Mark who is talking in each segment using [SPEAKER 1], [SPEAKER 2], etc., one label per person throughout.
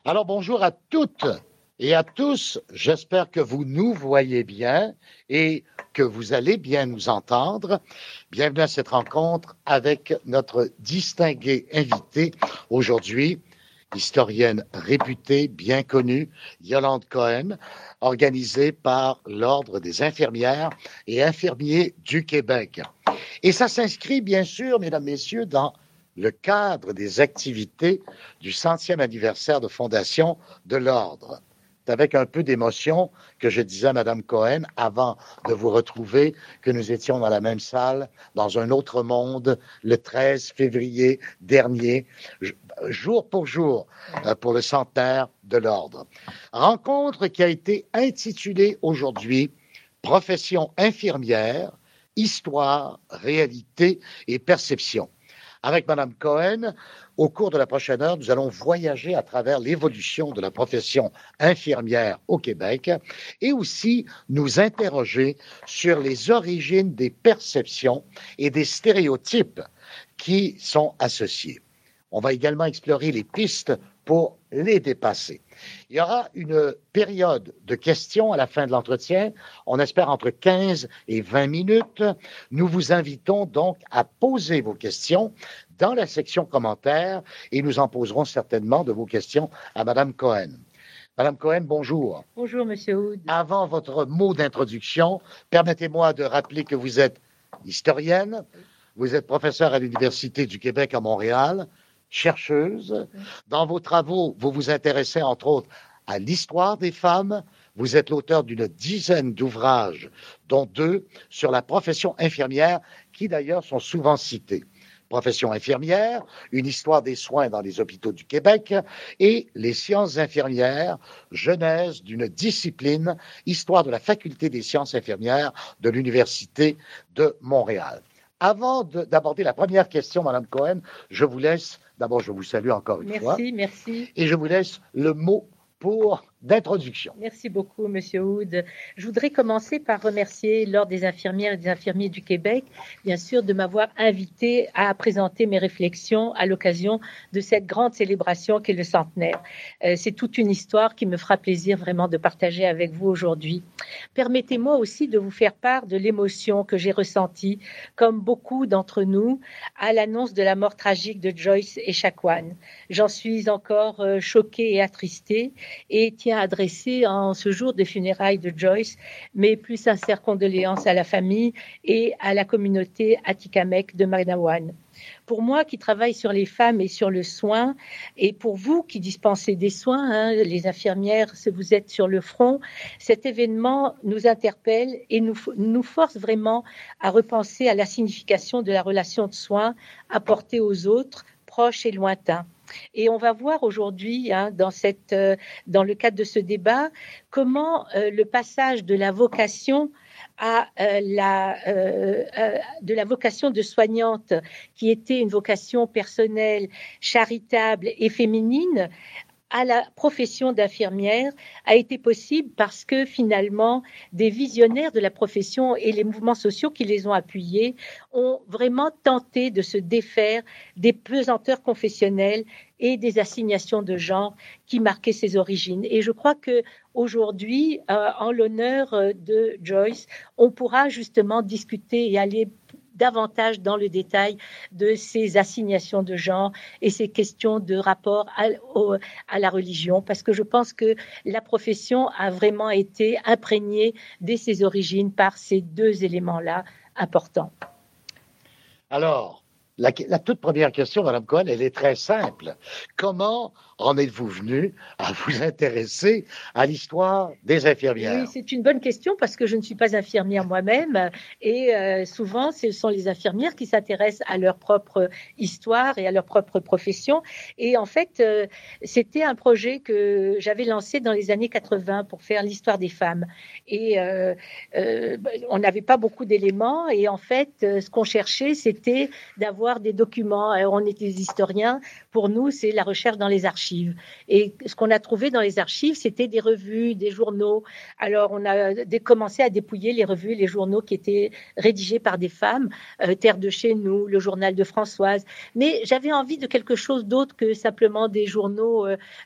[SPEAKER 1] Alors bonjour à toutes et à tous. J'espère que vous nous voyez bien et que vous allez bien nous entendre. Bienvenue à cette rencontre avec notre distinguée invitée aujourd'hui, historienne réputée, bien connue, Yolande Cohen, organisée par l'Ordre des infirmières et infirmiers du Québec. Et ça s'inscrit bien sûr, mesdames, messieurs, dans le cadre des activités du 100e anniversaire de fondation de l'Ordre. C'est avec un peu d'émotion que je disais à Mme Cohen, avant de vous retrouver, que nous étions dans la même salle, dans un autre monde, le 13 février dernier, jour pour jour, pour le centenaire de l'Ordre. Rencontre qui a été intitulée aujourd'hui « Profession infirmière, histoire, réalité et perception ». Avec Mme Cohen, au cours de la prochaine heure, nous allons voyager à travers l'évolution de la profession infirmière au Québec et aussi nous interroger sur les origines des perceptions et des stéréotypes qui sont associés. On va également explorer les pistes pour les dépasser. Il y aura une période de questions à la fin de l'entretien. On espère entre 15 et 20 minutes. Nous vous invitons donc à poser vos questions dans la section commentaires et nous en poserons certainement de vos questions à Mme Cohen. Madame Cohen, bonjour.
[SPEAKER 2] Bonjour, Monsieur Hood.
[SPEAKER 1] Avant votre mot d'introduction, permettez-moi de rappeler que vous êtes historienne, vous êtes professeure à l'Université du Québec à Montréal, chercheuse. Dans vos travaux, vous vous intéressez entre autres à l'histoire des femmes. Vous êtes l'auteur d'une dizaine d'ouvrages, dont 2 sur la profession infirmière, qui d'ailleurs sont souvent cités. Profession infirmière, une histoire des soins dans les hôpitaux du Québec et les sciences infirmières, genèse d'une discipline, histoire de la faculté des sciences infirmières de l'Université de Montréal. Avant d'aborder la première question, Madame Cohen, je vous laisse, d'abord je vous salue encore une fois.
[SPEAKER 2] Merci.
[SPEAKER 1] Et je vous laisse le mot d'introduction.
[SPEAKER 2] Merci beaucoup, Monsieur Hood. Je voudrais commencer par remercier l'Ordre des infirmières et des infirmiers du Québec, bien sûr, de m'avoir invité à présenter mes réflexions à l'occasion de cette grande célébration qu'est le centenaire. C'est toute une histoire qui me fera plaisir vraiment de partager avec vous aujourd'hui. Permettez-moi aussi de vous faire part de l'émotion que j'ai ressentie, comme beaucoup d'entre nous, à l'annonce de la mort tragique de Joyce Echaquan. J'en suis encore choquée et attristée, et tient à adresser en ce jour des funérailles de Joyce mes plus sincères condoléances à la famille et à la communauté Atikamekw de Manawan. Pour moi qui travaille sur les femmes et sur le soin, et pour vous qui dispensez des soins, les infirmières, si vous êtes sur le front, cet événement nous interpelle et nous force vraiment à repenser à la signification de la relation de soins apportée aux autres, proches et lointains. Et on va voir aujourd'hui, dans le cadre de ce débat, comment le passage de la vocation de la vocation de soignante, qui était une vocation personnelle, charitable et féminine, à la profession d'infirmière a été possible parce que finalement des visionnaires de la profession et les mouvements sociaux qui les ont appuyés ont vraiment tenté de se défaire des pesanteurs confessionnelles et des assignations de genre qui marquaient ses origines. Et je crois que aujourd'hui, en l'honneur de Joyce, on pourra justement discuter et aller davantage dans le détail de ces assignations de genre et ces questions de rapport à la religion, parce que je pense que la profession a vraiment été imprégnée dès ses origines par ces 2 éléments-là importants.
[SPEAKER 1] Alors, la toute première question, Mme Cohen, elle est très simple. Comment en êtes-vous venu à vous intéresser à l'histoire des infirmières?
[SPEAKER 2] Oui, c'est une bonne question parce que je ne suis pas infirmière moi-même et souvent, ce sont les infirmières qui s'intéressent à leur propre histoire et à leur propre profession. Et en fait, c'était un projet que j'avais lancé dans les années 80 pour faire l'histoire des femmes. Et on n'avait pas beaucoup d'éléments et en fait, ce qu'on cherchait, c'était d'avoir des documents. Alors, on était des historiens. Pour nous, c'est la recherche dans les archives. archives. Et ce qu'on a trouvé dans les archives, c'était des revues, des journaux. Alors, on a commencé à dépouiller les revues, les journaux qui étaient rédigés par des femmes, Terre de chez nous, le journal de Françoise. Mais j'avais envie de quelque chose d'autre que simplement des journaux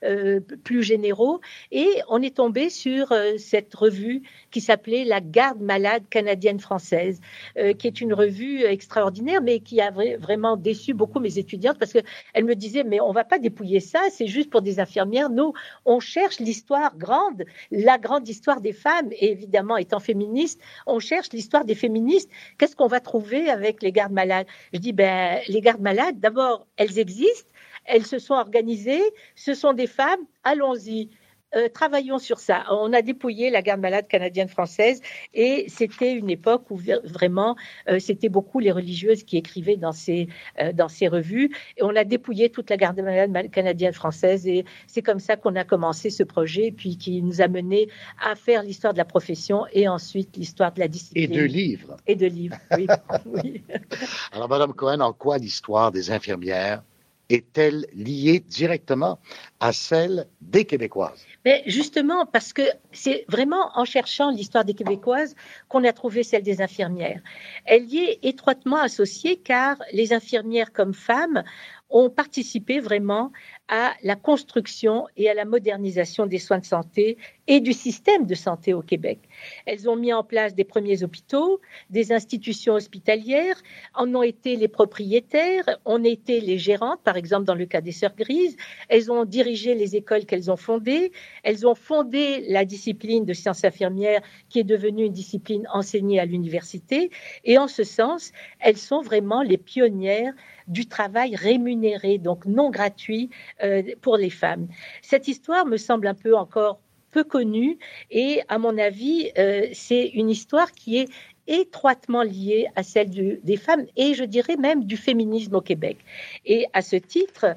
[SPEAKER 2] plus généraux. Et on est tombé sur cette revue qui s'appelait La Garde malade canadienne-française, qui est une revue extraordinaire, mais qui a vraiment déçu beaucoup mes étudiantes parce qu'elles me disaient, mais on ne va pas dépouiller ça, c'est juste pour des infirmières. Nous, on cherche l'histoire grande, la grande histoire des femmes, et évidemment, étant féministe, on cherche l'histoire des féministes. Qu'est-ce qu'on va trouver avec les gardes malades? Je dis, les gardes malades, d'abord, elles existent, elles se sont organisées, ce sont des femmes, allons-y. Travaillons sur ça. On a dépouillé la garde malade canadienne-française et c'était une époque où vraiment c'était beaucoup les religieuses qui écrivaient dans ces revues et on a dépouillé toute la garde malade canadienne-française et c'est comme ça qu'on a commencé ce projet puis qui nous a mené à faire l'histoire de la profession et ensuite l'histoire de la discipline.
[SPEAKER 1] Et de livres.
[SPEAKER 2] Et de livres, oui. Oui.
[SPEAKER 1] Alors, Madame Cohen, en quoi l'histoire des infirmières est-elle liée directement à celle des Québécoises?
[SPEAKER 2] Mais justement, parce que c'est vraiment en cherchant l'histoire des Québécoises qu'on a trouvé celle des infirmières. Elle y est étroitement associée car les infirmières comme femmes ont participé vraiment à la construction et à la modernisation des soins de santé et du système de santé au Québec. Elles ont mis en place des premiers hôpitaux, des institutions hospitalières, en ont été les propriétaires, ont été les gérantes, par exemple dans le cas des Sœurs Grises. Elles ont dirigé les écoles qu'elles ont fondées. Elles ont fondé la discipline de sciences infirmières qui est devenue une discipline enseignée à l'université. Et en ce sens, elles sont vraiment les pionnières du travail rémunéré, donc non gratuit pour les femmes. Cette histoire me semble un peu encore peu connue et à mon avis, c'est une histoire qui est étroitement liée à celle des femmes et je dirais même du féminisme au Québec. Et à ce titre,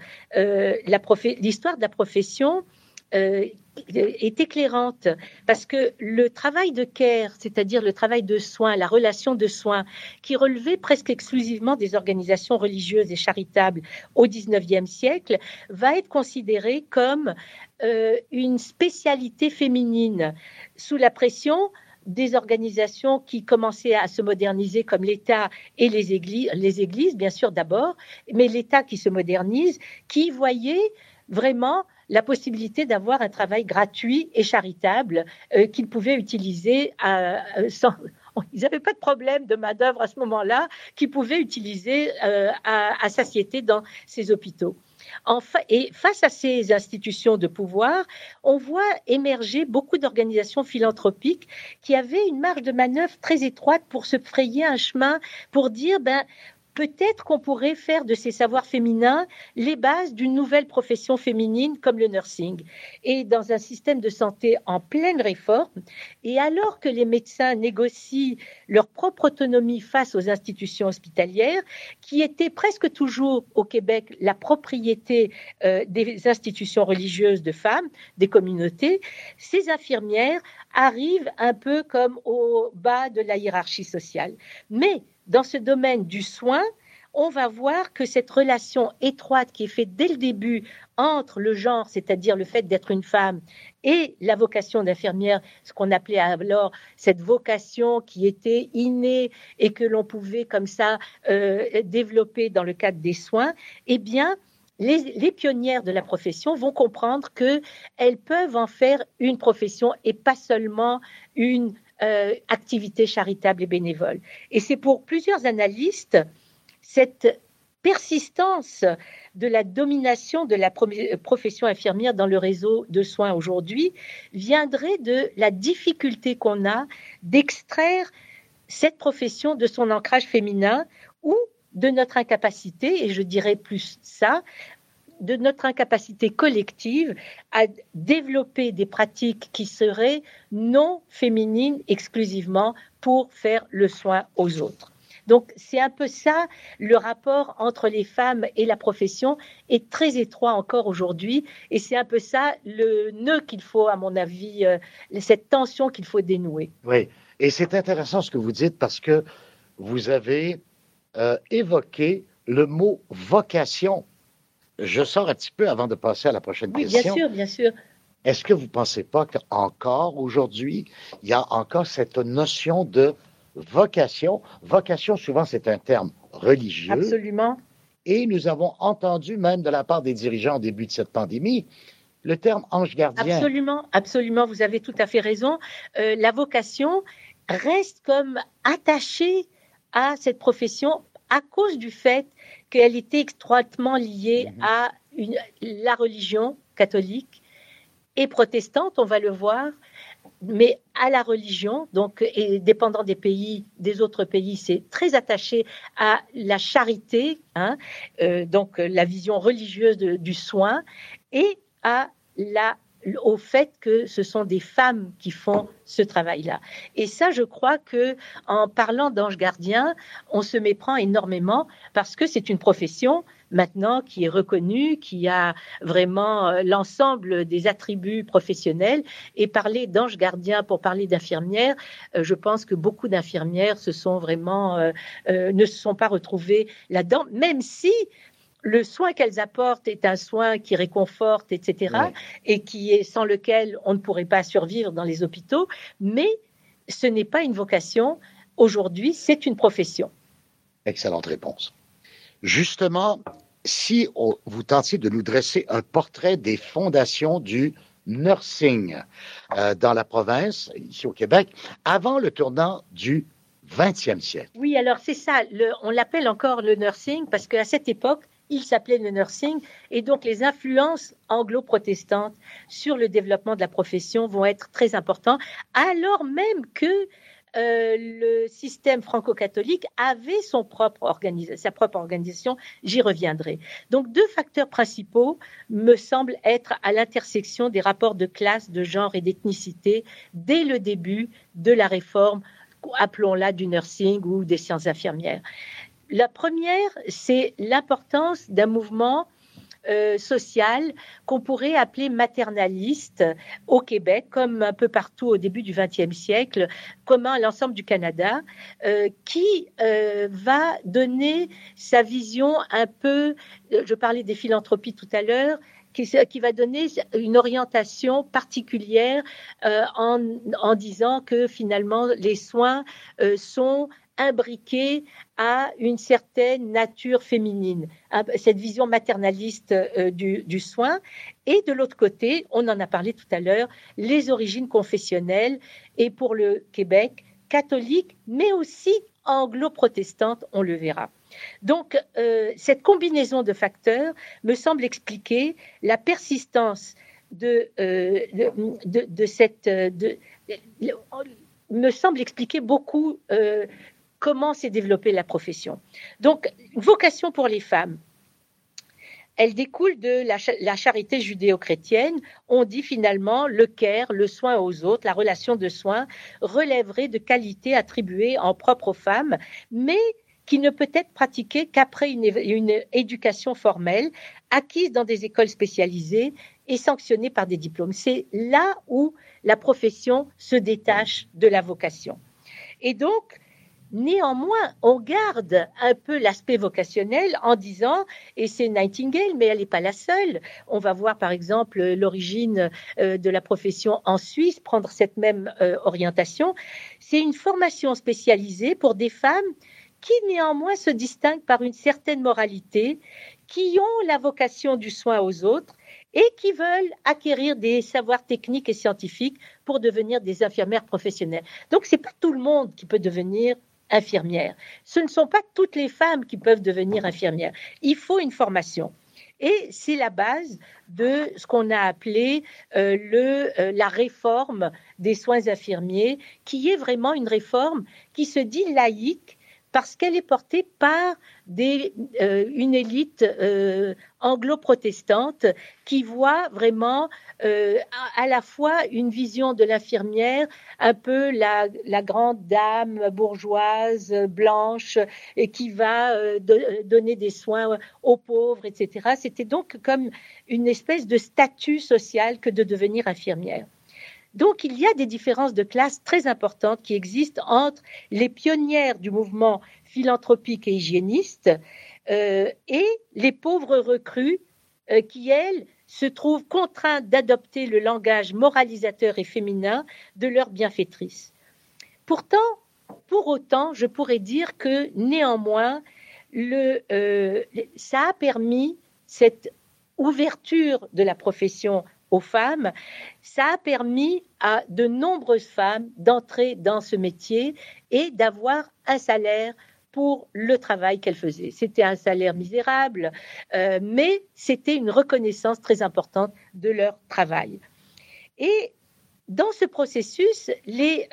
[SPEAKER 2] l'histoire de la profession est éclairante parce que le travail de care, c'est-à-dire le travail de soins, la relation de soins, qui relevait presque exclusivement des organisations religieuses et charitables au XIXe siècle, va être considéré comme une spécialité féminine sous la pression des organisations qui commençaient à se moderniser comme l'État et les églises bien sûr d'abord, mais l'État qui se modernise, qui voyait vraiment la possibilité d'avoir un travail gratuit et charitable qu'ils pouvaient utiliser sans... Ils n'avaient pas de problème de main-d'œuvre à ce moment-là, qu'ils pouvaient utiliser à satiété dans ces hôpitaux. Enfin, et face à ces institutions de pouvoir, on voit émerger beaucoup d'organisations philanthropiques qui avaient une marge de manœuvre très étroite pour se frayer un chemin, pour dire peut-être qu'on pourrait faire de ces savoirs féminins les bases d'une nouvelle profession féminine comme le nursing. Et dans un système de santé en pleine réforme, et alors que les médecins négocient leur propre autonomie face aux institutions hospitalières, qui étaient presque toujours au Québec la propriété des institutions religieuses de femmes, des communautés, ces infirmières arrivent un peu comme au bas de la hiérarchie sociale. Mais dans ce domaine du soin, on va voir que cette relation étroite qui est faite dès le début entre le genre, c'est-à-dire le fait d'être une femme, et la vocation d'infirmière, ce qu'on appelait alors cette vocation qui était innée et que l'on pouvait comme ça développer dans le cadre des soins, eh bien, les pionnières de la profession vont comprendre qu'elles peuvent en faire une profession et pas seulement une activité charitable et bénévole. Et c'est pour plusieurs analystes, cette persistance de la domination de la profession infirmière dans le réseau de soins aujourd'hui viendrait de la difficulté qu'on a d'extraire cette profession de son ancrage féminin ou de notre incapacité, et je dirais plus ça, de notre incapacité collective à développer des pratiques qui seraient non féminines exclusivement pour faire le soin aux autres. Donc, c'est un peu ça, le rapport entre les femmes et la profession est très étroit encore aujourd'hui et c'est un peu ça le nœud qu'il faut, à mon avis, cette tension qu'il faut dénouer.
[SPEAKER 1] Oui, et c'est intéressant ce que vous dites parce que vous avez évoqué le mot vocation je sors un petit peu avant de passer à la prochaine
[SPEAKER 2] Oui,
[SPEAKER 1] question.
[SPEAKER 2] bien sûr, bien sûr.
[SPEAKER 1] Est-ce que vous ne pensez pas qu'encore aujourd'hui, il y a encore cette notion de vocation? Vocation, souvent, c'est un terme religieux.
[SPEAKER 2] Absolument.
[SPEAKER 1] Et nous avons entendu, même de la part des dirigeants au début de cette pandémie, le terme ange gardien.
[SPEAKER 2] Absolument, absolument, vous avez tout à fait raison. La vocation reste comme attachée à cette profession à cause du fait qu'elle était étroitement liée à la religion catholique et protestante, on va le voir, mais à la religion, donc, et dépendant des pays, des autres pays, c'est très attaché à la charité, donc la vision religieuse du soin, et au fait que ce sont des femmes qui font ce travail-là. Et ça, je crois que en parlant d'ange gardien, on se méprend énormément parce que c'est une profession maintenant qui est reconnue, qui a vraiment l'ensemble des attributs professionnels. Et parler d'ange gardien pour parler d'infirmière, je pense que beaucoup d'infirmières ne se sont pas retrouvées là-dedans, même si le soin qu'elles apportent est un soin qui réconforte, etc., oui, et qui est sans lequel on ne pourrait pas survivre dans les hôpitaux, mais ce n'est pas une vocation. Aujourd'hui, c'est une profession.
[SPEAKER 1] Excellente réponse. Justement, si vous tentiez de nous dresser un portrait des fondations du nursing dans la province, ici au Québec, avant le tournant du 20e siècle.
[SPEAKER 2] Oui, alors c'est ça, on l'appelle encore le nursing parce qu'à cette époque, il s'appelait le nursing, et donc les influences anglo-protestantes sur le développement de la profession vont être très importantes, alors même que le système franco-catholique avait sa propre organisation, j'y reviendrai. Donc, deux facteurs principaux me semblent être à l'intersection des rapports de classe, de genre et d'ethnicité dès le début de la réforme, appelons-la du nursing ou des sciences infirmières. La première, c'est l'importance d'un mouvement social qu'on pourrait appeler maternaliste au Québec, comme un peu partout au début du XXe siècle, commun à l'ensemble du Canada, qui va donner sa vision un peu, je parlais des philanthropies tout à l'heure, qui va donner une orientation particulière en disant que finalement les soins sont imbriqués à une certaine nature féminine, cette vision maternaliste du soin. Et de l'autre côté, on en a parlé tout à l'heure, les origines confessionnelles, et pour le Québec, catholique, mais aussi anglo-protestante, on le verra. Donc, cette combinaison de facteurs me semble expliquer la persistance me semble expliquer beaucoup comment s'est développée la profession. Donc, une vocation pour les femmes, elle découle de la charité judéo-chrétienne. On dit finalement le care, le soin aux autres, la relation de soin relèverait de qualités attribuées en propre aux femmes, mais qui ne peut être pratiquée qu'après une éducation formelle, acquise dans des écoles spécialisées et sanctionnée par des diplômes. C'est là où la profession se détache de la vocation. Et donc, néanmoins, on garde un peu l'aspect vocationnel en disant, et c'est Nightingale, mais elle n'est pas la seule. On va voir par exemple l'origine de la profession en Suisse, prendre cette même orientation. C'est une formation spécialisée pour des femmes qui néanmoins se distinguent par une certaine moralité, qui ont la vocation du soin aux autres et qui veulent acquérir des savoirs techniques et scientifiques pour devenir des infirmières professionnelles. Donc, ce n'est pas tout le monde qui peut devenir infirmière. Ce ne sont pas toutes les femmes qui peuvent devenir infirmières. Il faut une formation. Et c'est la base de ce qu'on a appelé la réforme des soins infirmiers, qui est vraiment une réforme qui se dit laïque, parce qu'elle est portée par une élite anglo-protestante qui voit vraiment à la fois une vision de l'infirmière, un peu la grande dame bourgeoise, blanche, et qui va donner des soins aux pauvres, etc. C'était donc comme une espèce de statut social que de devenir infirmière. Donc, il y a des différences de classe très importantes qui existent entre les pionnières du mouvement philanthropique et hygiéniste et les pauvres recrues qui, elles, se trouvent contraintes d'adopter le langage moralisateur et féminin de leur bienfaitrice. Pourtant, pour autant, je pourrais dire que néanmoins, ça a permis cette ouverture de la profession aux femmes, ça a permis à de nombreuses femmes d'entrer dans ce métier et d'avoir un salaire pour le travail qu'elles faisaient. C'était un salaire misérable, mais c'était une reconnaissance très importante de leur travail. Et dans ce processus, les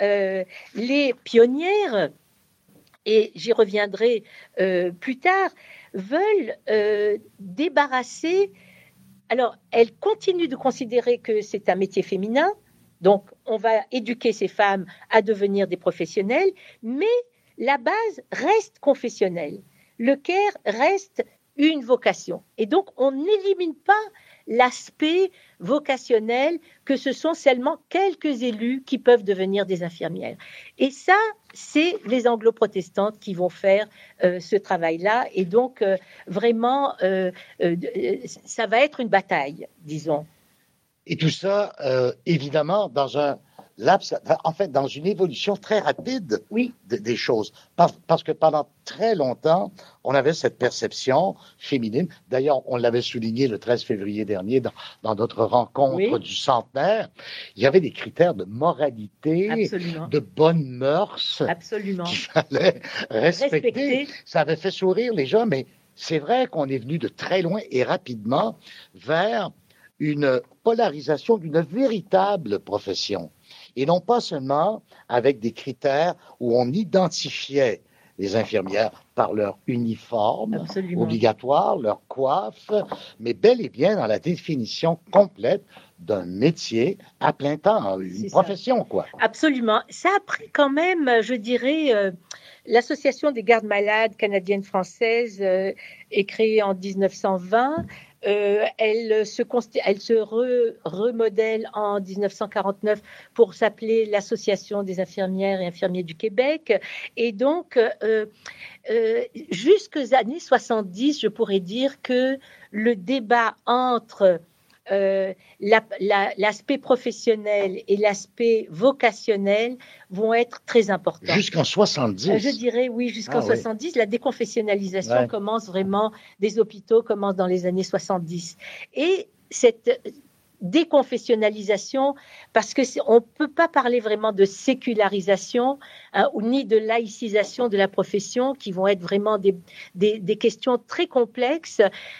[SPEAKER 2] pionnières, et j'y reviendrai plus tard, veulent débarrasser. Alors, elles continuent de considérer que c'est un métier féminin, donc on va éduquer ces femmes à devenir des professionnels, mais la base reste confessionnelle. Le Caire reste une vocation. Et donc, on n'élimine pas l'aspect vocationnel que ce sont seulement quelques élus qui peuvent devenir des infirmières. Et ça, c'est les anglo-protestantes qui vont faire ce travail-là. Et donc, vraiment, ça va être une bataille, disons.
[SPEAKER 1] Et tout ça, évidemment, dans un laps, en fait, dans une évolution très rapide des choses. Parce que pendant très longtemps, on avait cette perception féminine. D'ailleurs, on l'avait souligné le 13 février dernier dans notre rencontre du centenaire. Il y avait des critères de moralité, de bonnes mœurs qu'il fallait respecter. Ça avait fait sourire les gens, mais c'est vrai qu'on est venu de très loin et rapidement vers une polarisation d'une véritable profession. Et non pas seulement avec des critères où on identifiait les infirmières par leur uniforme obligatoire, leur coiffe, mais bel et bien dans la définition complète d'un métier à plein temps, une profession, quoi.
[SPEAKER 2] Absolument. Ça a pris quand même, je dirais, l'Association des gardes malades canadiennes-françaises est créée en 1920. Elle se remodèle en 1949 pour s'appeler l'Association des infirmières et infirmiers du Québec. Et donc, jusqu'aux années 70, je pourrais dire que le débat entre l'aspect professionnel et l'aspect vocationnel vont être très importants.
[SPEAKER 1] Jusqu'en 70?
[SPEAKER 2] Je dirais oui, jusqu'en 70. Oui. La déconfessionnalisation commence vraiment, des hôpitaux commence dans les années 70. Et cette déconfessionnalisation, parce qu'on ne peut pas parler vraiment de sécularisation ni de laïcisation de la profession, qui vont être vraiment des questions très complexes,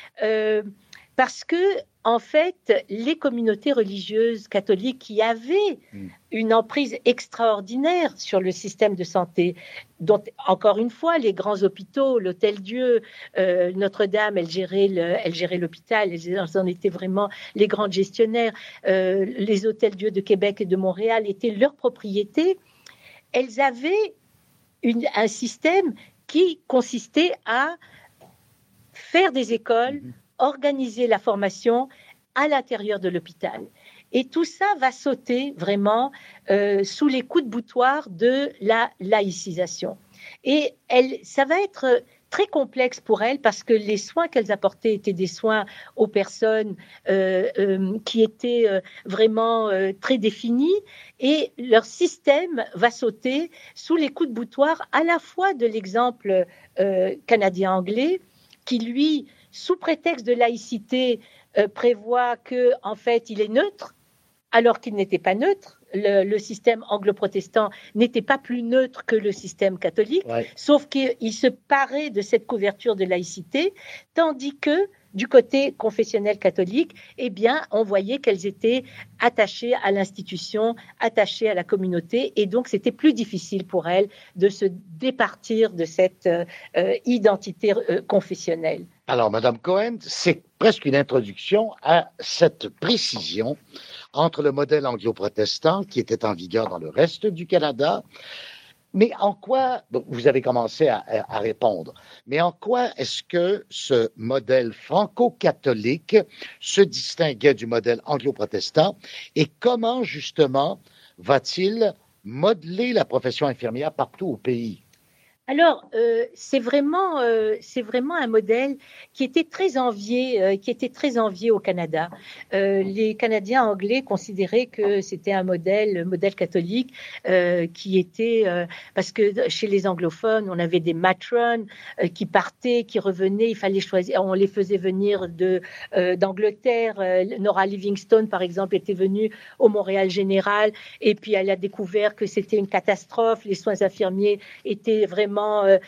[SPEAKER 2] parce que en fait, les communautés religieuses catholiques qui avaient une emprise extraordinaire sur le système de santé, dont, encore une fois, les grands hôpitaux, l'Hôtel-Dieu, Notre-Dame, elle gérait l'hôpital, elles en étaient vraiment les grandes gestionnaires. Les Hôtels-Dieu de Québec et de Montréal étaient leur propriété. Elles avaient un système qui consistait à faire des écoles, organiser la formation à l'intérieur de l'hôpital. Et tout ça va sauter vraiment sous les coups de boutoir de la laïcisation. Et ça va être très complexe pour elles parce que les soins qu'elles apportaient étaient des soins aux personnes qui étaient vraiment très définis, et leur système va sauter sous les coups de boutoir à la fois de l'exemple canadien-anglais qui, lui, sous prétexte de laïcité, prévoit que, en fait, il est neutre, alors qu'il n'était pas neutre. Le système anglo-protestant n'était pas plus neutre que le système catholique, sauf qu'il se parait de cette couverture de laïcité, tandis que, du côté confessionnel catholique, eh bien, on voyait qu'elles étaient attachées à l'institution, attachées à la communauté, et donc c'était plus difficile pour elles de se départir de cette identité confessionnelle.
[SPEAKER 1] Alors, Madame Cohen, c'est presque une introduction à cette précision entre le modèle anglo-protestant qui était en vigueur dans le reste du Canada. Mais en quoi, vous avez commencé à répondre, mais en quoi est-ce que ce modèle franco-catholique se distinguait du modèle anglo-protestant et comment justement va-t-il modeler la profession infirmière partout au pays?
[SPEAKER 2] Alors, c'est vraiment un modèle qui était très envié au Canada. Les Canadiens anglais considéraient que c'était un modèle catholique qui était parce que chez les anglophones, on avait des matrones qui partaient, qui revenaient. Il fallait choisir. On les faisait venir d'Angleterre. Nora Livingstone, par exemple, était venue au Montréal Général, et puis elle a découvert que c'était une catastrophe. Les soins infirmiers étaient vraiment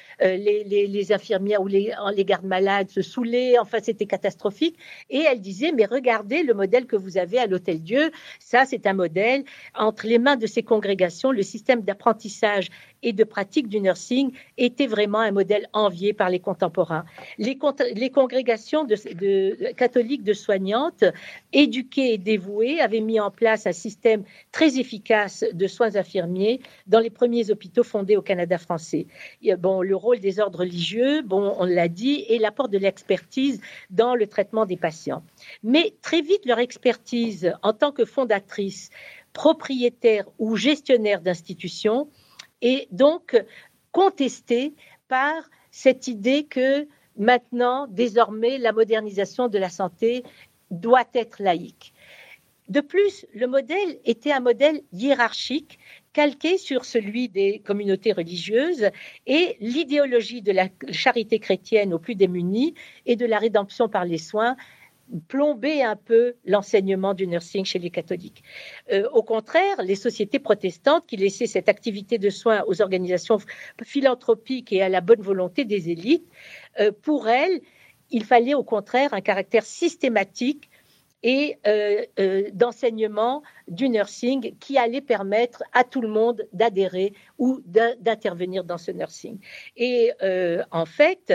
[SPEAKER 2] les infirmières ou les gardes malades se saoulaient, enfin c'était catastrophique, et elle disait mais regardez le modèle que vous avez à l'Hôtel-Dieu, ça c'est un modèle entre les mains de ces congrégations, le système d'apprentissage et de pratique du nursing était vraiment un modèle envié par les contemporains. Les congrégations catholiques de soignantes éduquées et dévouées avaient mis en place un système très efficace de soins infirmiers dans les premiers hôpitaux fondés au Canada français. Bon, le rôle des ordres religieux, bon, on l'a dit, et l'apport de l'expertise dans le traitement des patients. Mais très vite, leur expertise en tant que fondatrice, propriétaire ou gestionnaire d'institutions est donc contestée par cette idée que maintenant, désormais, la modernisation de la santé doit être laïque. De plus, le modèle était un modèle hiérarchique calqué sur celui des communautés religieuses et l'idéologie de la charité chrétienne aux plus démunis et de la rédemption par les soins plomber un peu l'enseignement du nursing chez les catholiques. Au contraire, les sociétés protestantes qui laissaient cette activité de soins aux organisations philanthropiques et à la bonne volonté des élites, pour elles, il fallait au contraire un caractère systématique et d'enseignement du nursing qui allait permettre à tout le monde d'adhérer ou d'intervenir dans ce nursing. Et en fait,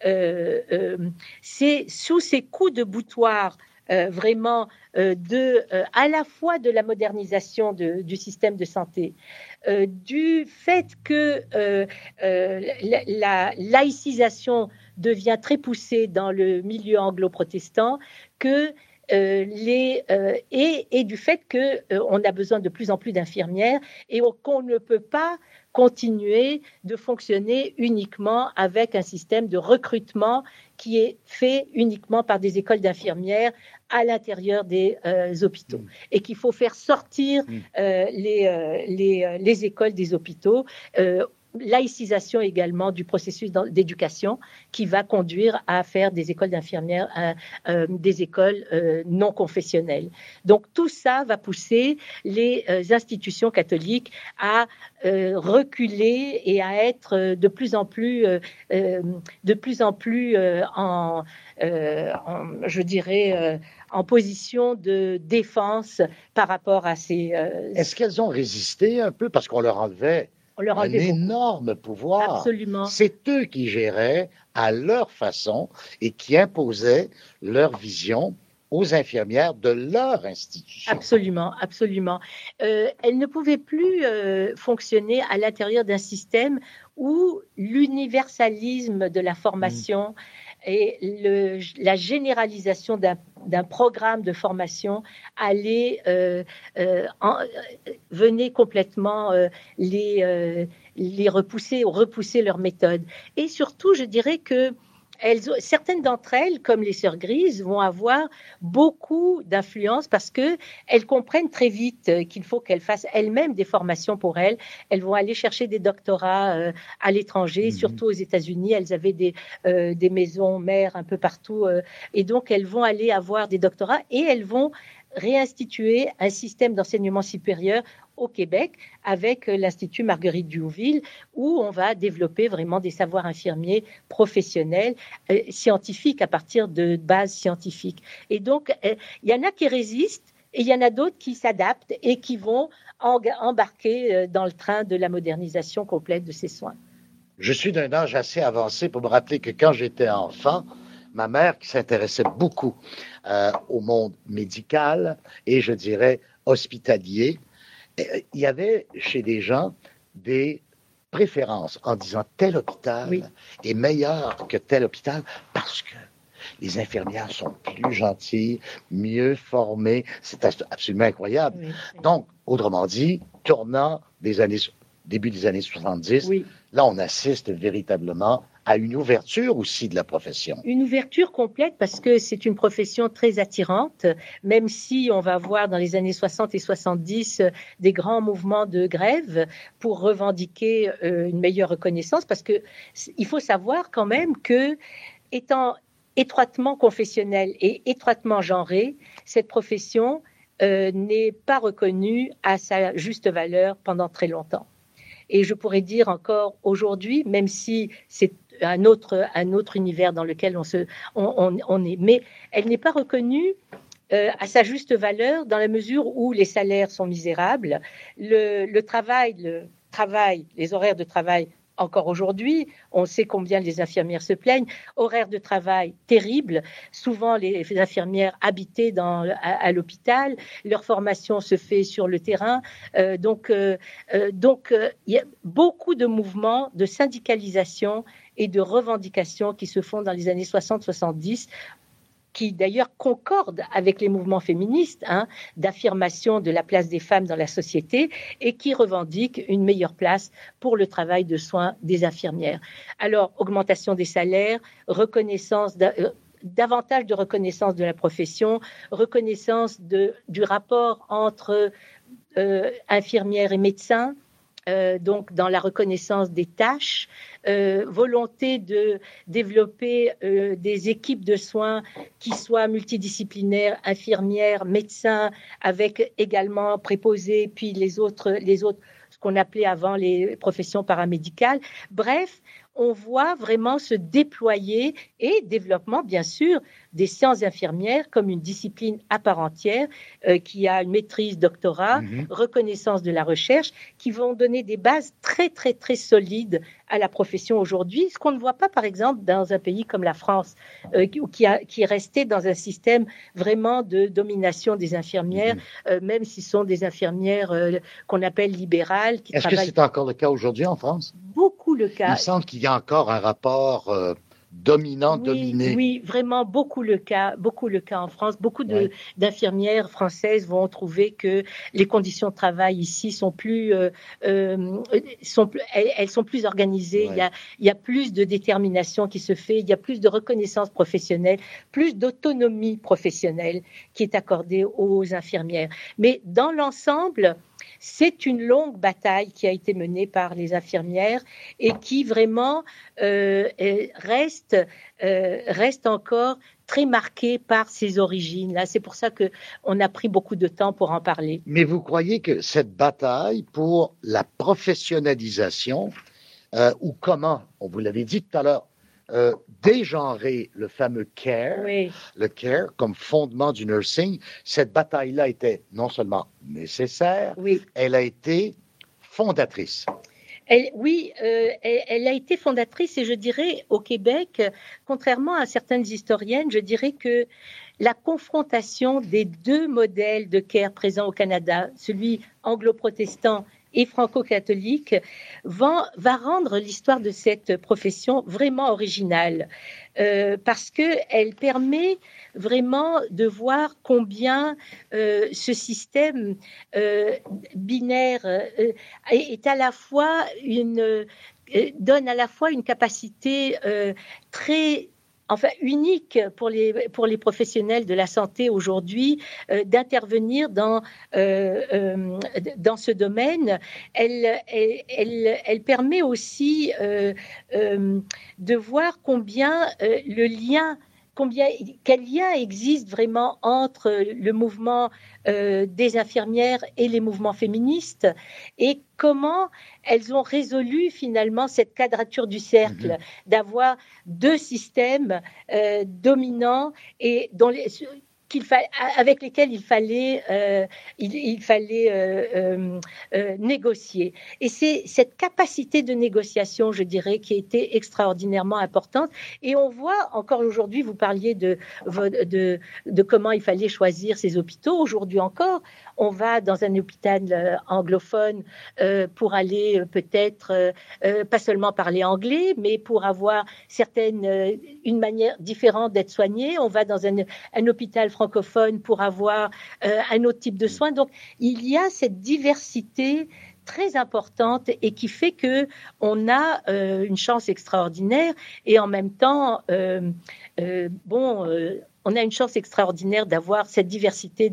[SPEAKER 2] c'est sous ces coups de boutoir vraiment à la fois de la modernisation du système de santé, du fait que la laïcisation devient très poussée dans le milieu anglo-protestant, que et du fait qu'on a besoin de plus en plus d'infirmières et qu'on ne peut pas continuer de fonctionner uniquement avec un système de recrutement qui est fait uniquement par des écoles d'infirmières à l'intérieur des hôpitaux et qu'il faut faire sortir les écoles des hôpitaux. Laïcisation également du processus d'éducation qui va conduire à faire des écoles d'infirmières des écoles non confessionnelles. Donc tout ça va pousser les institutions catholiques à reculer et à être de plus en plus je dirais en position de défense par rapport à ces...
[SPEAKER 1] Est-ce qu'elles ont résisté un peu parce qu'on leur enlevait un énorme pouvoir?
[SPEAKER 2] Absolument.
[SPEAKER 1] C'est eux qui géraient à leur façon et qui imposaient leur vision aux infirmières de leur institution.
[SPEAKER 2] Absolument, absolument. Elles ne pouvaient plus fonctionner à l'intérieur d'un système où l'universalisme de la formation et la généralisation d'un programme de formation venait complètement les repousser ou repousser leurs méthodes. Et surtout, je dirais que certaines d'entre elles, comme les Sœurs Grises, vont avoir beaucoup d'influence parce qu'elles comprennent très vite qu'il faut qu'elles fassent elles-mêmes des formations pour elles. Elles vont aller chercher des doctorats à l'étranger, surtout aux États-Unis. Elles avaient des maisons mères un peu partout. Et donc, elles vont aller avoir des doctorats et elles vont réinstituer un système d'enseignement supérieur au Québec avec l'Institut Marguerite Diouville où on va développer vraiment des savoirs infirmiers professionnels, scientifiques à partir de bases scientifiques. Et donc, il y en a qui résistent et il y en a d'autres qui s'adaptent et qui vont embarquer dans le train de la modernisation complète de ces soins.
[SPEAKER 1] Je suis d'un âge assez avancé pour me rappeler que quand j'étais enfant, ma mère, qui s'intéressait beaucoup au monde médical et, je dirais, hospitalier, il y avait chez des gens des préférences en disant tel hôpital est meilleur que tel hôpital parce que les infirmières sont plus gentilles, mieux formées. C'est absolument incroyable. Donc, autrement dit, tournant des années début des années 70.
[SPEAKER 2] Oui.
[SPEAKER 1] Là, on assiste véritablement à une ouverture aussi de la profession.
[SPEAKER 2] Une ouverture complète parce que c'est une profession très attirante, même si on va voir dans les années 60 et 70 des grands mouvements de grève pour revendiquer une meilleure reconnaissance, parce que il faut savoir quand même que, étant étroitement confessionnelle et étroitement genrée, cette profession n'est pas reconnue à sa juste valeur pendant très longtemps. Et je pourrais dire encore aujourd'hui, même si c'est un autre univers dans lequel on est, mais elle n'est pas reconnue à sa juste valeur dans la mesure où les salaires sont misérables, le travail, les horaires de travail. Encore aujourd'hui, on sait combien les infirmières se plaignent. Horaires de travail terribles. Souvent, les infirmières habitées à l'hôpital. Leur formation se fait sur le terrain. Donc, il y a beaucoup de mouvements de syndicalisation et de revendications qui se font dans les années 60-70, qui d'ailleurs concorde avec les mouvements féministes, d'affirmation de la place des femmes dans la société, et qui revendiquent une meilleure place pour le travail de soins des infirmières. Alors, augmentation des salaires, davantage de reconnaissance de la profession, reconnaissance du rapport entre infirmières et médecins, donc dans la reconnaissance des tâches, volonté de développer des équipes de soins qui soient multidisciplinaires, infirmières, médecins, avec également préposés, puis les autres, ce qu'on appelait avant les professions paramédicales. Bref, on voit vraiment se déployer et développement, bien sûr, des sciences infirmières comme une discipline à part entière qui a une maîtrise, doctorat, reconnaissance de la recherche, qui vont donner des bases très, très, très solides à la profession aujourd'hui, ce qu'on ne voit pas, par exemple, dans un pays comme la France, qui est resté dans un système vraiment de domination des infirmières, même si ce sont des infirmières qu'on appelle libérales.
[SPEAKER 1] Est-ce que c'est encore le cas aujourd'hui en France?
[SPEAKER 2] Beaucoup le cas.
[SPEAKER 1] Il me semble qu'il y a encore un rapport dominant-dominé.
[SPEAKER 2] Oui, vraiment beaucoup le cas en France. Beaucoup d'infirmières françaises vont trouver que les conditions de travail ici elles sont plus organisées. Ouais. Il y a plus de détermination qui se fait. Il y a plus de reconnaissance professionnelle, plus d'autonomie professionnelle qui est accordée aux infirmières. Mais dans l'ensemble, c'est une longue bataille qui a été menée par les infirmières et qui vraiment reste encore très marquée par ses origines. Là, c'est pour ça qu'on a pris beaucoup de temps pour en parler.
[SPEAKER 1] Mais vous croyez que cette bataille pour la professionnalisation, ou comment, on vous l'avait dit tout à l'heure, dégenrer le fameux care, le care comme fondement du nursing, cette bataille-là était non seulement nécessaire, elle a été fondatrice.
[SPEAKER 2] Elle a été fondatrice et je dirais au Québec, contrairement à certaines historiennes, je dirais que la confrontation des deux modèles de care présents au Canada, celui anglo-protestant et franco-catholique, va rendre l'histoire de cette profession vraiment originale, parce qu'elle permet vraiment de voir combien ce système binaire est à la fois donne à la fois une capacité unique pour les professionnels de la santé aujourd'hui d'intervenir dans ce domaine. Elle permet aussi de voir quel lien existe vraiment entre le mouvement des infirmières et les mouvements féministes et comment elles ont résolu finalement cette quadrature du cercle d'avoir deux systèmes dominants et avec lesquels il fallait négocier. Et c'est cette capacité de négociation, je dirais, qui a été extraordinairement importante. Et on voit encore aujourd'hui, vous parliez de comment il fallait choisir ses hôpitaux. Aujourd'hui encore, on va dans un hôpital anglophone pour aller peut-être pas seulement parler anglais, mais pour avoir une manière différente d'être soigné. On va dans un hôpital francophone pour avoir un autre type de soins. Donc, il y a cette diversité très importante et qui fait que on a une chance extraordinaire et en même temps, on a une chance extraordinaire d'avoir cette diversité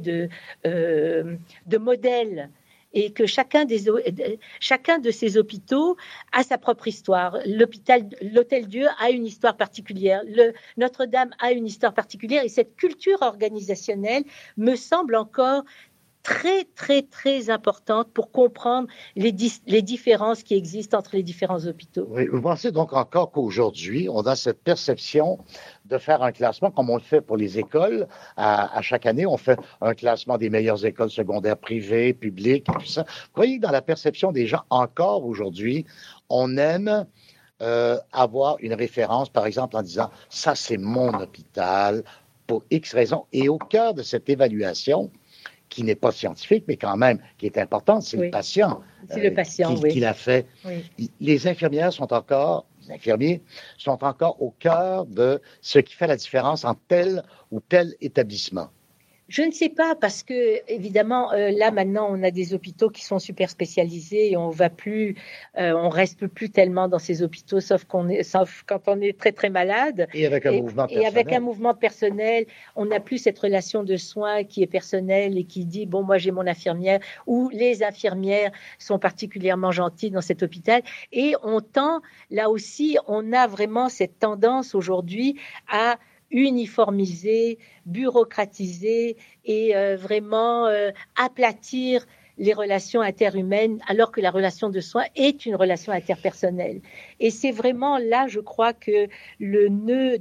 [SPEAKER 2] de modèles et que chacun de ces hôpitaux a sa propre histoire. L'Hôtel-Dieu a une histoire particulière, Notre-Dame a une histoire particulière et cette culture organisationnelle me semble encore très, très, très importante pour comprendre les différences qui existent entre les différents hôpitaux.
[SPEAKER 1] Oui, vous pensez donc encore qu'aujourd'hui, on a cette perception de faire un classement comme on le fait pour les écoles. À chaque année, on fait un classement des meilleures écoles secondaires privées, publiques, et tout ça. Vous voyez que dans la perception des gens, encore aujourd'hui, on aime avoir une référence, par exemple, en disant « ça, c'est mon hôpital » pour X raisons. Et au cœur de cette évaluation, qui n'est pas scientifique, mais quand même qui est importante, c'est le patient.
[SPEAKER 2] C'est le patient,
[SPEAKER 1] qui l'a fait. Oui. Les infirmiers sont encore au cœur de ce qui fait la différence entre tel ou tel établissement.
[SPEAKER 2] Je ne sais pas parce que évidemment là maintenant on a des hôpitaux qui sont super spécialisés et on reste plus tellement dans ces hôpitaux sauf quand on est très très malade
[SPEAKER 1] et avec un mouvement personnel.
[SPEAKER 2] Et avec un mouvement personnel, on n'a plus cette relation de soins qui est personnelle et qui dit bon moi j'ai mon infirmière ou les infirmières sont particulièrement gentilles dans cet hôpital et on tend là aussi on a vraiment cette tendance aujourd'hui à uniformiser, bureaucratiser et vraiment aplatir les relations interhumaines alors que la relation de soins est une relation interpersonnelle. Et c'est vraiment là, je crois, que le nœud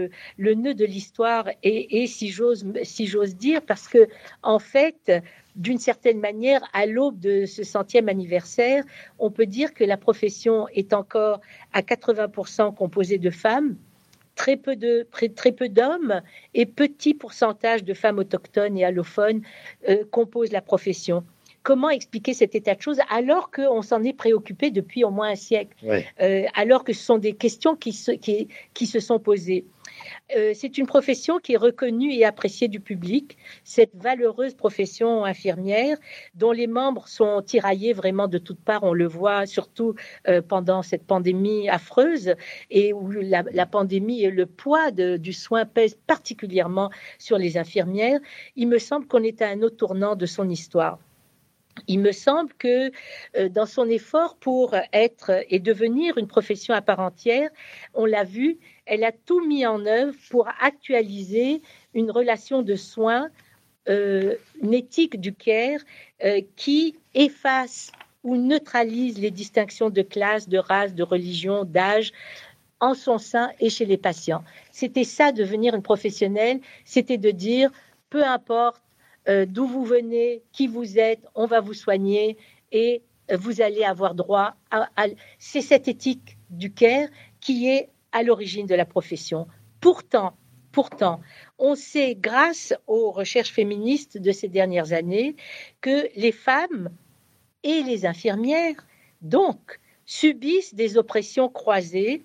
[SPEAKER 2] de l'histoire est si j'ose dire, parce que en fait, d'une certaine manière, à l'aube de ce 100e anniversaire, on peut dire que la profession est encore à 80% composée de femmes, très peu d'hommes et petit pourcentage de femmes autochtones et allophones composent la profession. Comment expliquer cet état de choses alors qu'on s'en est préoccupé depuis au moins un siècle, alors que ce sont des questions qui se sont posées. C'est une profession qui est reconnue et appréciée du public, cette valeureuse profession infirmière dont les membres sont tiraillés vraiment de toutes parts. On le voit surtout pendant cette pandémie affreuse et où la pandémie et le poids du soin pèsent particulièrement sur les infirmières. Il me semble qu'on est à un autre tournant de son histoire. Il me semble que dans son effort pour être et devenir une profession à part entière, on l'a vu, elle a tout mis en œuvre pour actualiser une relation de soins, une éthique du care qui efface ou neutralise les distinctions de classe, de race, de religion, d'âge en son sein et chez les patients. C'était ça, devenir une professionnelle, c'était de dire, peu importe d'où vous venez, qui vous êtes, on va vous soigner et vous allez avoir droit à... C'est cette éthique du care qui est à l'origine de la profession. Pourtant, on sait, grâce aux recherches féministes de ces dernières années, que les femmes et les infirmières, donc, subissent des oppressions croisées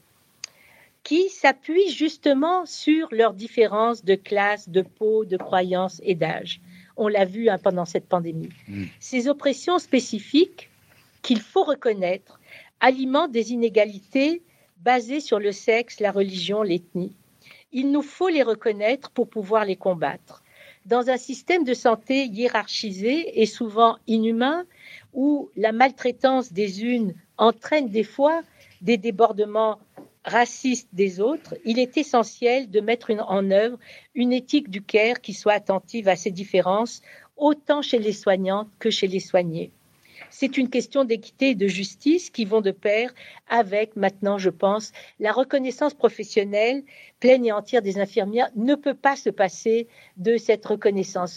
[SPEAKER 2] qui s'appuient justement sur leurs différences de classe, de peau, de croyances et d'âge. On l'a vu pendant cette pandémie. Ces oppressions spécifiques qu'il faut reconnaître alimentent des inégalités basées sur le sexe, la religion, l'ethnie. Il nous faut les reconnaître pour pouvoir les combattre. Dans un système de santé hiérarchisé et souvent inhumain, où la maltraitance des unes entraîne des fois des débordements racistes des autres, il est essentiel de mettre en œuvre une éthique du care qui soit attentive à ces différences, autant chez les soignantes que chez les soignés. C'est une question d'équité et de justice qui vont de pair avec, maintenant, je pense, la reconnaissance professionnelle pleine et entière des infirmières ne peut pas se passer de cette reconnaissance.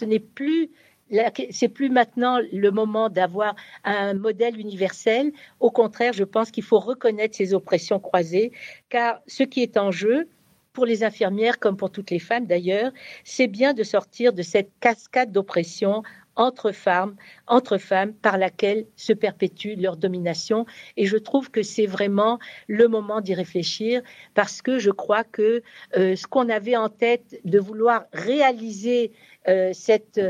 [SPEAKER 2] C'est plus maintenant le moment d'avoir un modèle universel. Au contraire, je pense qu'il faut reconnaître ces oppressions croisées, car ce qui est en jeu, pour les infirmières comme pour toutes les femmes d'ailleurs, c'est bien de sortir de cette cascade d'oppression entre femmes par laquelle se perpétue leur domination. Et je trouve que c'est vraiment le moment d'y réfléchir, parce que je crois que ce qu'on avait en tête de vouloir réaliser cette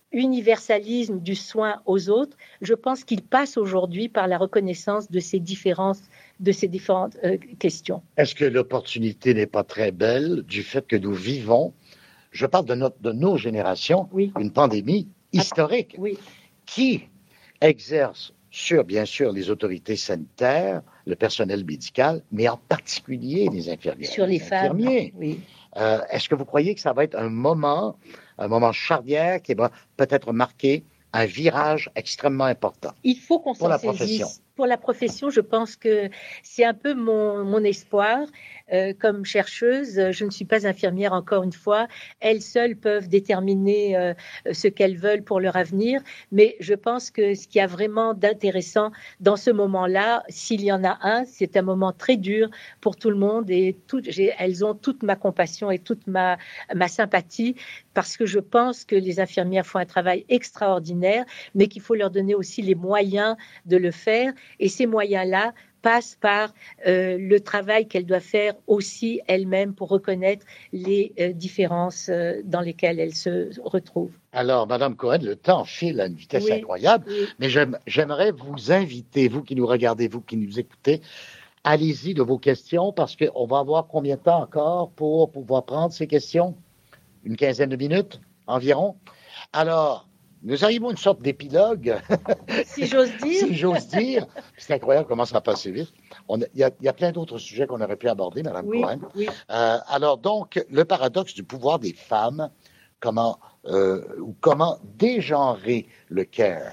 [SPEAKER 2] universalisme du soin aux autres, je pense qu'il passe aujourd'hui par la reconnaissance de ces différentes questions.
[SPEAKER 1] Est-ce que l'opportunité n'est pas très belle du fait que nous vivons, je parle de nos générations,
[SPEAKER 2] oui.
[SPEAKER 1] une pandémie historique
[SPEAKER 2] oui.
[SPEAKER 1] qui exerce sur, bien sûr, les autorités sanitaires, le personnel médical, mais en particulier les infirmières.
[SPEAKER 2] Sur les femmes, oui.
[SPEAKER 1] Est-ce que vous croyez que ça va être un moment charnière qui va peut-être marquer un virage extrêmement important?
[SPEAKER 2] Il faut qu'on s'en saisisse. Pour la profession, je pense que c'est un peu mon espoir. Comme chercheuse, je ne suis pas infirmière, encore une fois. Elles seules peuvent déterminer ce qu'elles veulent pour leur avenir. Mais je pense que ce qu'il y a vraiment d'intéressant dans ce moment-là, s'il y en a un, c'est un moment très dur pour tout le monde. Et elles ont toute ma compassion et toute ma sympathie, parce que je pense que les infirmières font un travail extraordinaire, mais qu'il faut leur donner aussi les moyens de le faire. Et ces moyens-là passent par le travail qu'elles doivent faire aussi elles-mêmes pour reconnaître les différences dans lesquelles elles se retrouvent.
[SPEAKER 1] Alors, Madame Cohen, le temps file à une vitesse incroyable, mais j'aimerais vous inviter, vous qui nous regardez, vous qui nous écoutez, allez-y de vos questions, parce qu'on va avoir combien de temps encore pour pouvoir prendre ces questions? Une quinzaine de minutes environ. Alors, nous arrivons à une sorte d'épilogue.
[SPEAKER 2] Si j'ose dire.
[SPEAKER 1] Si j'ose dire. C'est incroyable comment ça a passé vite. Il y a plein d'autres sujets qu'on aurait pu aborder, Mme Cohen.
[SPEAKER 2] Oui.
[SPEAKER 1] Alors donc, le paradoxe du pouvoir des femmes, comment dégenrer le care?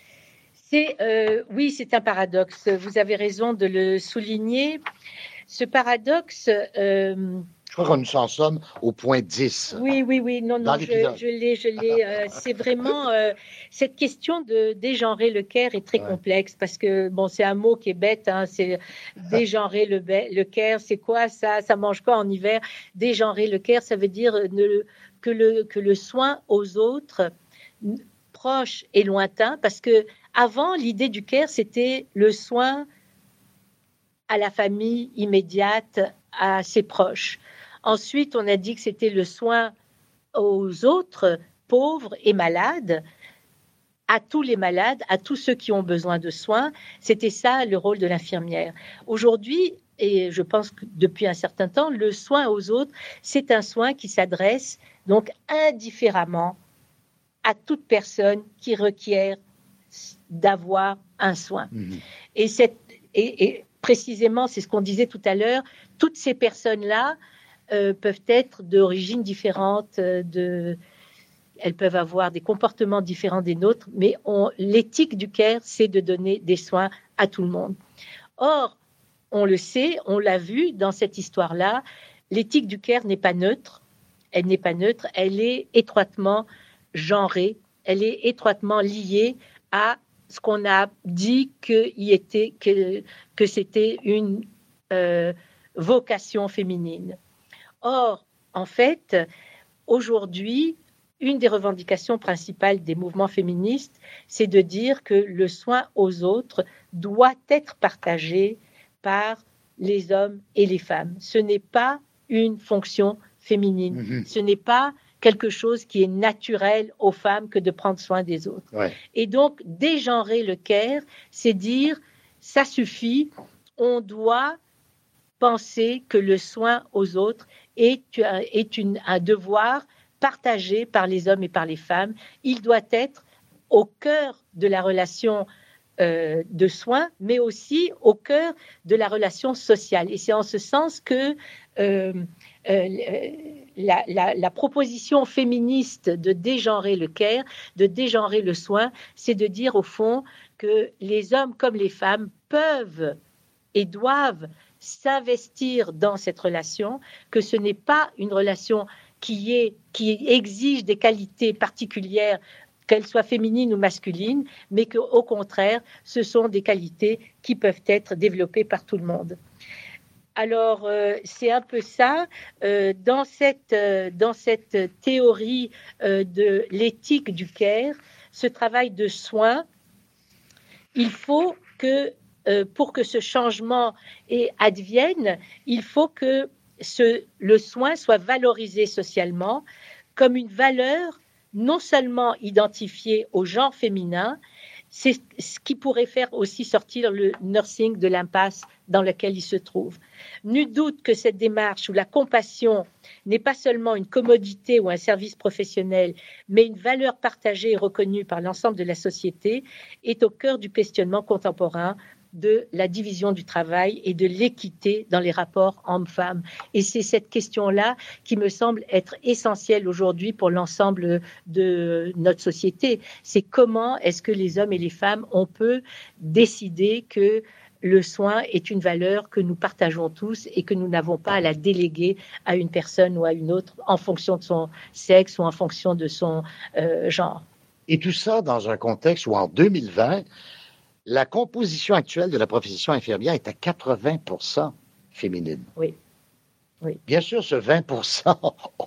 [SPEAKER 2] Oui, c'est un paradoxe. Vous avez raison de le souligner. Ce paradoxe...
[SPEAKER 1] Je crois qu'on nous en sommes au point 10.
[SPEAKER 2] Oui. Non, je l'ai. C'est vraiment cette question de dégenrer le care est très complexe, parce que c'est un mot qui est bête. C'est dégenrer le care. C'est quoi ça? Ça mange quoi en hiver? Dégenrer le care, ça veut dire que le soin aux autres, proches et lointains, parce que avant, l'idée du care, c'était le soin à la famille immédiate, à ses proches. Ensuite, on a dit que c'était le soin aux autres pauvres et malades, à tous les malades, à tous ceux qui ont besoin de soins. C'était ça le rôle de l'infirmière. Aujourd'hui, et je pense que depuis un certain temps, le soin aux autres, c'est un soin qui s'adresse donc indifféremment à toute personne qui requiert d'avoir un soin. Et précisément, c'est ce qu'on disait tout à l'heure, toutes ces personnes-là peuvent être d'origines différentes, elles peuvent avoir des comportements différents des nôtres, mais l'éthique du care, c'est de donner des soins à tout le monde. Or, on le sait, on l'a vu dans cette histoire-là, l'éthique du care n'est pas neutre, elle n'est pas neutre, elle est étroitement genrée, elle est étroitement liée à ce qu'on a dit que c'était une vocation féminine. Or, en fait, aujourd'hui, une des revendications principales des mouvements féministes, c'est de dire que le soin aux autres doit être partagé par les hommes et les femmes. Ce n'est pas une fonction féminine. Ce n'est pas quelque chose qui est naturel aux femmes que de prendre soin des autres. Et donc, dégenrer le care, c'est dire, ça suffit, on doit penser que le soin aux autres est un devoir partagé par les hommes et par les femmes. Il doit être au cœur de la relation de soins, mais aussi au cœur de la relation sociale. Et c'est en ce sens que la proposition féministe de dégenrer le care, de dégenrer le soin, c'est de dire au fond que les hommes comme les femmes peuvent et doivent s'investir dans cette relation, que ce n'est pas une relation qui exige des qualités particulières, qu'elles soient féminines ou masculines, mais qu'au contraire, ce sont des qualités qui peuvent être développées par tout le monde. Alors, c'est un peu ça. Dans cette théorie de l'éthique du care, ce travail de soin, il faut que pour que ce changement advienne, il faut que le soin soit valorisé socialement comme une valeur non seulement identifié au genre féminin, c'est ce qui pourrait faire aussi sortir le nursing de l'impasse dans laquelle il se trouve. Nul doute que cette démarche où la compassion n'est pas seulement une commodité ou un service professionnel, mais une valeur partagée et reconnue par l'ensemble de la société, est au cœur du questionnement contemporain de la division du travail et de l'équité dans les rapports hommes-femmes. Et c'est cette question-là qui me semble être essentielle aujourd'hui pour l'ensemble de notre société. C'est comment est-ce que les hommes et les femmes, on peut décider que le soin est une valeur que nous partageons tous et que nous n'avons pas à la déléguer à une personne ou à une autre en fonction de son sexe ou en fonction de son genre.
[SPEAKER 1] Et tout ça dans un contexte où en 2020, la composition actuelle de la profession infirmière est à 80% féminine.
[SPEAKER 2] Oui. Oui.
[SPEAKER 1] Bien sûr, ce 20%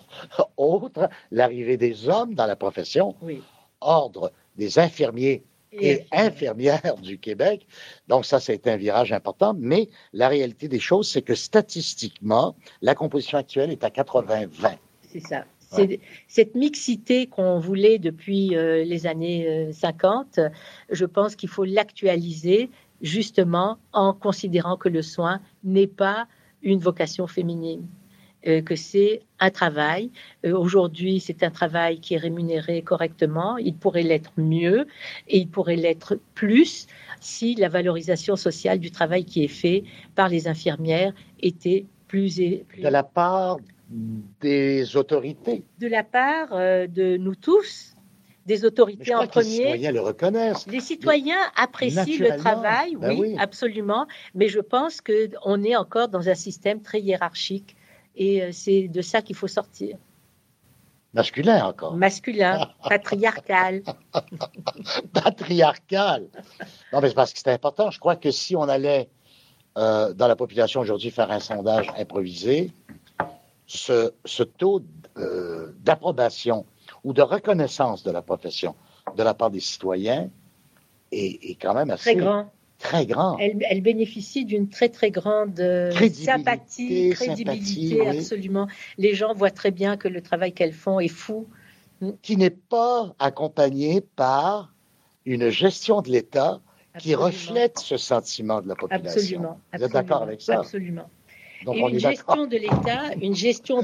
[SPEAKER 1] autre, l'arrivée des hommes dans la profession,
[SPEAKER 2] oui.
[SPEAKER 1] Ordre des infirmiers et infirmières du Québec. Donc ça, c'est un virage important. Mais la réalité des choses, c'est que statistiquement, la composition actuelle est à 80-20.
[SPEAKER 2] C'est ça. C'est cette mixité qu'on voulait depuis les années 50, je pense qu'il faut l'actualiser justement en considérant que le soin n'est pas une vocation féminine, que c'est un travail. Aujourd'hui, c'est un travail qui est rémunéré correctement. Il pourrait l'être mieux et il pourrait l'être plus si la valorisation sociale du travail qui est fait par les infirmières était plus...
[SPEAKER 1] De la part des autorités.
[SPEAKER 2] De la part de nous tous, des autorités en premier.
[SPEAKER 1] Les citoyens le reconnaissent.
[SPEAKER 2] Les citoyens apprécient le travail, oui, absolument. Mais je pense qu'on est encore dans un système très hiérarchique et c'est de ça qu'il faut sortir.
[SPEAKER 1] Masculin encore.
[SPEAKER 2] Masculin, patriarcal.
[SPEAKER 1] Patriarcal. Non, mais c'est parce que c'est important. Je crois que si on allait dans la population aujourd'hui faire un sondage improvisé, ce taux d'approbation ou de reconnaissance de la profession de la part des citoyens est quand même assez...
[SPEAKER 2] Très grand.
[SPEAKER 1] Très grand.
[SPEAKER 2] Elle bénéficie d'une très, très grande crédibilité, absolument. Oui. Les gens voient très bien que le travail qu'elles font est fou.
[SPEAKER 1] Qui n'est pas accompagné par une gestion de l'État qui reflète ce sentiment de la population.
[SPEAKER 2] Absolument.
[SPEAKER 1] Vous êtes d'accord avec ça?
[SPEAKER 2] Absolument.
[SPEAKER 1] Donc
[SPEAKER 2] et une gestion de l'État, une gestion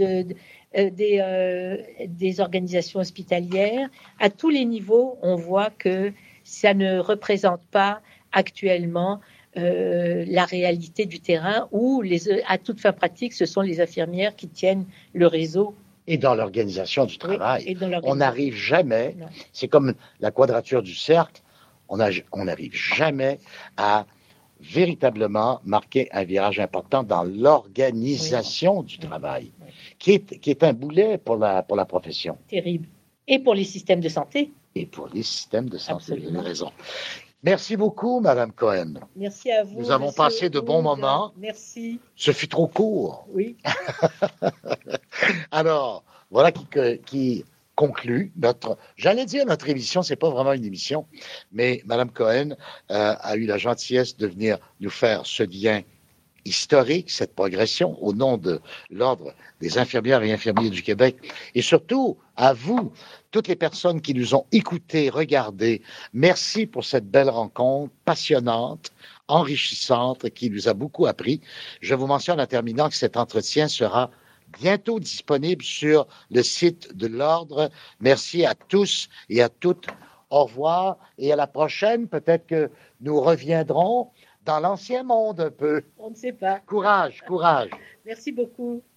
[SPEAKER 2] des organisations hospitalières, à tous les niveaux, on voit que ça ne représente pas actuellement la réalité du terrain où, à toute fin pratique, ce sont les infirmières qui tiennent le réseau.
[SPEAKER 1] Et dans l'organisation du travail.
[SPEAKER 2] Oui,
[SPEAKER 1] on n'arrive jamais, c'est comme la quadrature du cercle, on n'arrive jamais à véritablement marquer un virage important dans l'organisation du travail, qui est un boulet pour la profession.
[SPEAKER 2] Terrible. Et pour les systèmes de santé.
[SPEAKER 1] Et pour les systèmes de santé,
[SPEAKER 2] absolument.
[SPEAKER 1] Vous avez raison. Merci beaucoup, Madame Cohen.
[SPEAKER 2] Merci à vous.
[SPEAKER 1] Nous avons passé de bons moments.
[SPEAKER 2] Merci.
[SPEAKER 1] Ce fut trop court.
[SPEAKER 2] Oui.
[SPEAKER 1] Alors, voilà qui conclut j'allais dire notre émission, c'est pas vraiment une émission, mais Madame Cohen a eu la gentillesse de venir nous faire ce lien historique, cette progression au nom de l'Ordre des infirmières et infirmiers du Québec, et surtout à vous, toutes les personnes qui nous ont écoutés, regardés. Merci pour cette belle rencontre passionnante, enrichissante, qui nous a beaucoup appris. Je vous mentionne en terminant que cet entretien sera bientôt disponible sur le site de l'Ordre. Merci à tous et à toutes. Au revoir et à la prochaine. Peut-être que nous reviendrons dans l'ancien monde un peu.
[SPEAKER 2] On ne sait pas.
[SPEAKER 1] Courage, courage.
[SPEAKER 2] Merci beaucoup.